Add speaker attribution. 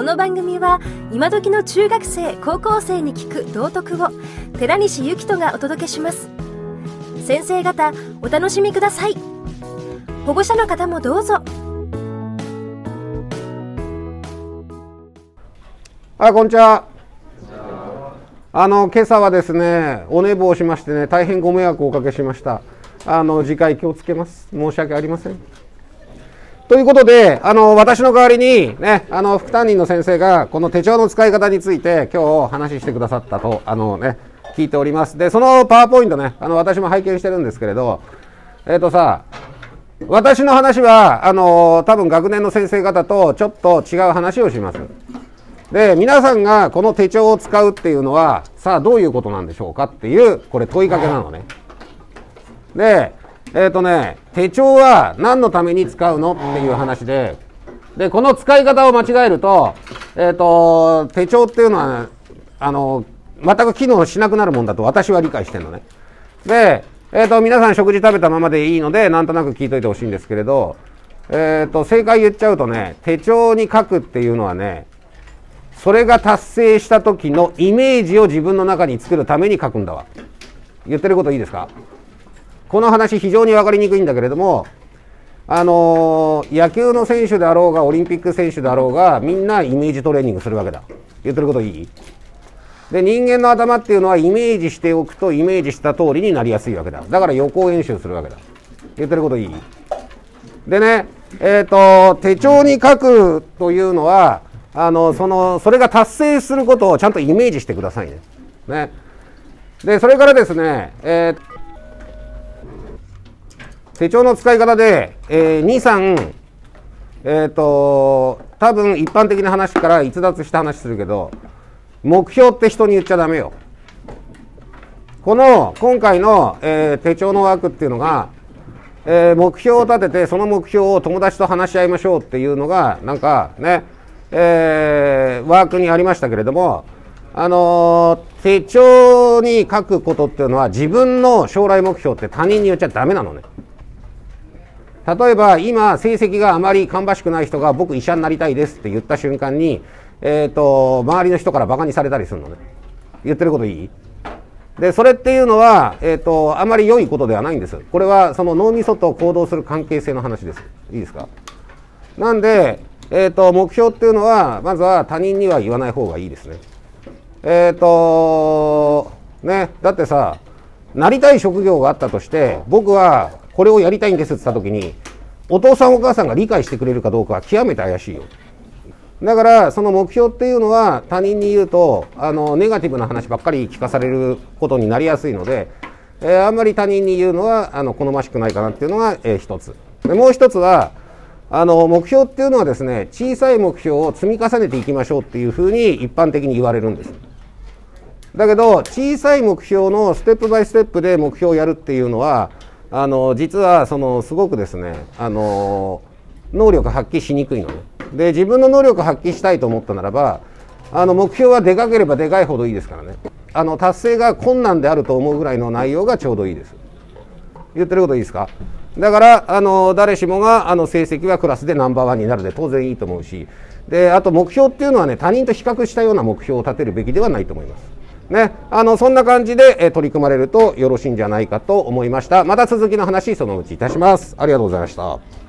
Speaker 1: の番組は今時の中学生高校生に聞く道徳を寺西幸人がお届けします。先生方お楽しみください。保護者の方もどうぞ。
Speaker 2: こんにちは。今朝はですね、お寝坊しましてね、大変ご迷惑をおかけしました。次回気をつけます。申し訳ありません。ということで、私の代わりにね、副担任の先生がこの手帳の使い方について今日話してくださったと聞いております。で、そのパワーポイントね、私も拝見してるんですけれど、私の話は多分学年の先生方とちょっと違う話をします。で、皆さんがこの手帳を使うっていうのはさあどういうことなんでしょうかっていうこれ問いかけなのね。で、手帳は何のために使うのっていう話で、この使い方を間違えると、手帳っていうのは全く機能しなくなるもんだと私は理解してるのね。で、皆さん食事食べたままでいいのでなんとなく聞いといてほしいんですけれど、正解言っちゃうとね、手帳に書くっていうのはね、それが達成した時のイメージを自分の中に作るために書くんだわ。言ってることいいですか？この話非常に分かりにくいんだけれども、野球の選手であろうがオリンピック選手であろうがみんなイメージトレーニングするわけだ。言ってることいい？で、人間の頭っていうのはイメージしておくとイメージした通りになりやすいわけだ。だから予行演習するわけだ。言ってることいい？でね、手帳に書くというのはそれが達成することをちゃんとイメージしてくださいね。ね。で、それからですね、手帳の使い方で、2、3、多分一般的な話から逸脱した話するけど、目標って人に言っちゃダメよ。今回の、手帳のワークっていうのが、目標を立ててその目標を友達と話し合いましょうっていうのがなんかね、ワークにありましたけれども、手帳に書くことっていうのは自分の将来目標って他人に言っちゃダメなのね。例えば今成績があまり芳しくない人が僕医者になりたいですって言った瞬間に、周りの人からバカにされたりするのね。言ってることいい？で、それっていうのは、あまり良いことではないんです。これはその脳みそと行動する関係性の話です。いいですか？なんで、目標っていうのはまずは他人には言わない方がいいですね。だってさ、なりたい職業があったとして僕はこれをやりたいんですって言った時にお父さんお母さんが理解してくれるかどうかは極めて怪しいよ。だからその目標っていうのは他人に言うとネガティブな話ばっかり聞かされることになりやすいので、あんまり他人に言うのは好ましくないかなっていうのが、一つで、もう一つは目標っていうのはですね、小さい目標を積み重ねていきましょうっていうふうに一般的に言われるんです。だけど小さい目標のステップバイステップで目標をやるっていうのは実はすごくですね能力発揮しにくいのね。で、自分の能力発揮したいと思ったならば目標はでかければでかいほどいいですからね。達成が困難であると思うぐらいの内容がちょうどいいです。言ってることいいですか？だから誰しもが成績はクラスでナンバーワンになるで当然いいと思うし、で、あと目標っていうのはね、他人と比較したような目標を立てるべきではないと思いますね。そんな感じで、取り組まれるとよろしいんじゃないかと思いました。また続きの話そのうちいたします。ありがとうございました。